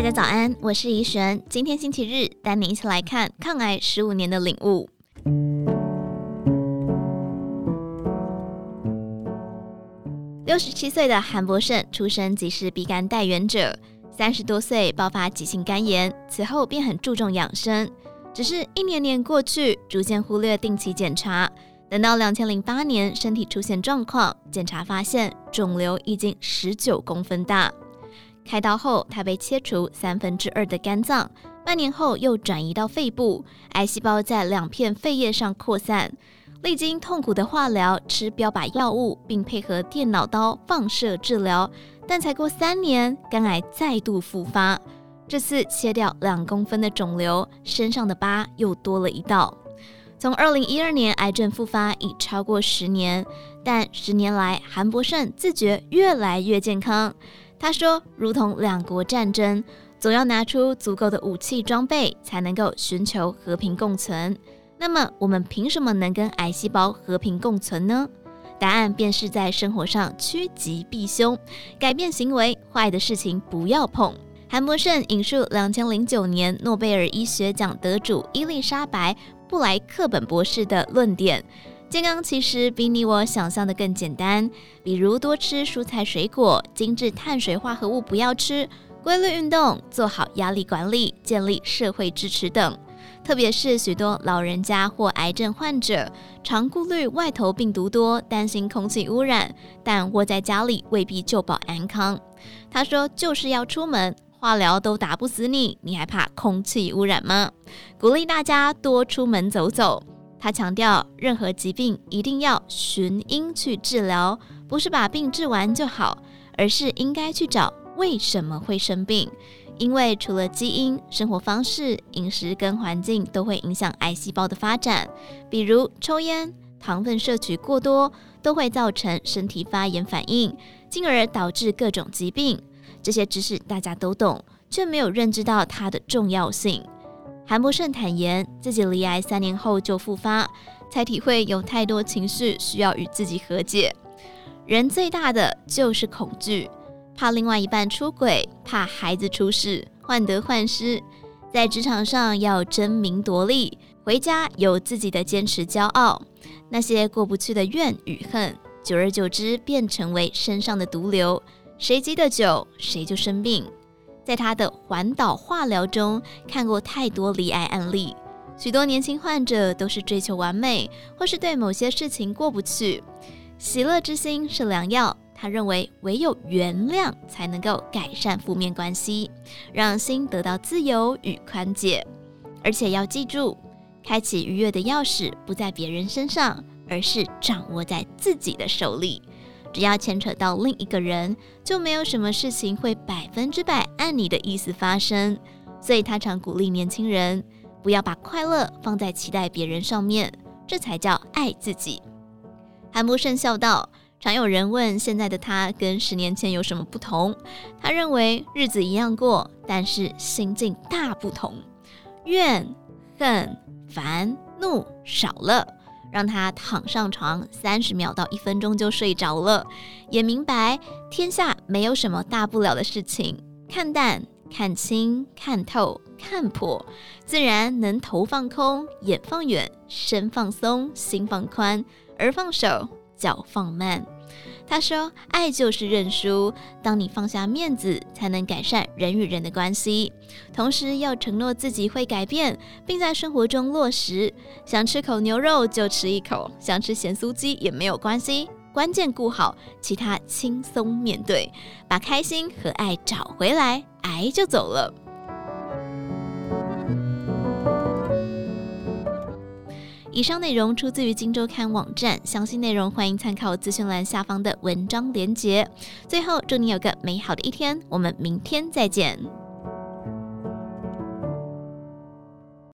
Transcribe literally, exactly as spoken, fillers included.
大家早安，我是怡璇。今天星期日，带你一起来看抗癌十五年的领悟。六十七岁的韩柏胜出生即是 B 肝带原者，三十多岁爆发急性肝炎，此后便很注重养生。只是一年年过去，逐渐忽略定期检查。等到二零零八年，身体出现状况，检查发现肿瘤已经十九公分大。开刀后，他被切除三分之二的肝脏，半年后又转移到肺部，癌细胞在两片肺叶上扩散。历经痛苦的化疗、吃标靶药物，并配合电脑刀放射治疗，但才过三年，肝癌再度复发。这次切掉两公分的肿瘤，身上的疤又多了一道。从二零一二年癌症复发已超过十年，但十年来，韩柏胜自觉越来越健康。他说，如同两国战争，总要拿出足够的武器装备，才能够寻求和平共存。那么，我们凭什么能跟癌细胞和平共存呢？答案便是在生活上趋吉避凶，改变行为，坏的事情不要碰。韩柏胜引述二零零九年诺贝尔医学奖得主伊丽莎白·布莱克本博士的论点。健康其实比你我想象的更简单，比如多吃蔬菜水果，精致碳水化合物不要吃，规律运动，做好压力管理，建立社会支持等。特别是许多老人家或癌症患者，常顾虑外头病毒多，担心空气污染，但窝在家里未必就保安康。他说，就是要出门，化疗都打不死你，你还怕空气污染吗？鼓励大家多出门走走。他强调，任何疾病一定要寻因去治疗，不是把病治完就好，而是应该去找为什么会生病。因为除了基因、生活方式、饮食跟环境都会影响癌细胞的发展，比如抽烟、糖分摄取过多，都会造成身体发炎反应，进而导致各种疾病。这些知识大家都懂，却没有认知到它的重要性。韩柏胜坦言，自己罹癌三年后就复发，才体会有太多情绪需要与自己和解。人最大的就是恐惧，怕另外一半出轨，怕孩子出事，患得患失。在职场上要争名夺利，回家有自己的坚持骄傲。那些过不去的怨与恨，久而久之便成为身上的毒瘤，谁积得久，谁就生病。在他的环岛化疗中，看过太多罹癌案例，许多年轻患者都是追求完美，或是对某些事情过不去。喜乐之心是良药，他认为唯有原谅才能够改善负面关系，让心得到自由与宽解。而且要记住，开启愉悦的钥匙不在别人身上，而是掌握在自己的手里。只要牵扯到另一个人，就没有什么事情会百分之百按你的意思发生。所以他常鼓励年轻人，不要把快乐放在期待别人上面，这才叫爱自己。韩柏胜笑道，常有人问现在的他跟十年前有什么不同，他认为日子一样过，但是心境大不同。怨、恨、烦、怒少了，让他躺上床三十秒到一分钟就睡着了，也明白天下没有什么大不了的事情，看淡、看清、看透、看破，自然能头放空，眼放远，身放松，心放宽，而放手，脚放慢。他说，爱就是认输，当你放下面子，才能改善人与人的关系。同时要承诺自己会改变，并在生活中落实。想吃口牛肉就吃一口，想吃咸酥鸡也没有关系，关键顾好，其他轻松面对，把开心和爱找回来，癌就走了。以上内容出自于今周刊网站，详细内容欢迎参考资讯栏下方的文章连结。最后，祝你有个美好的一天，我们明天再见。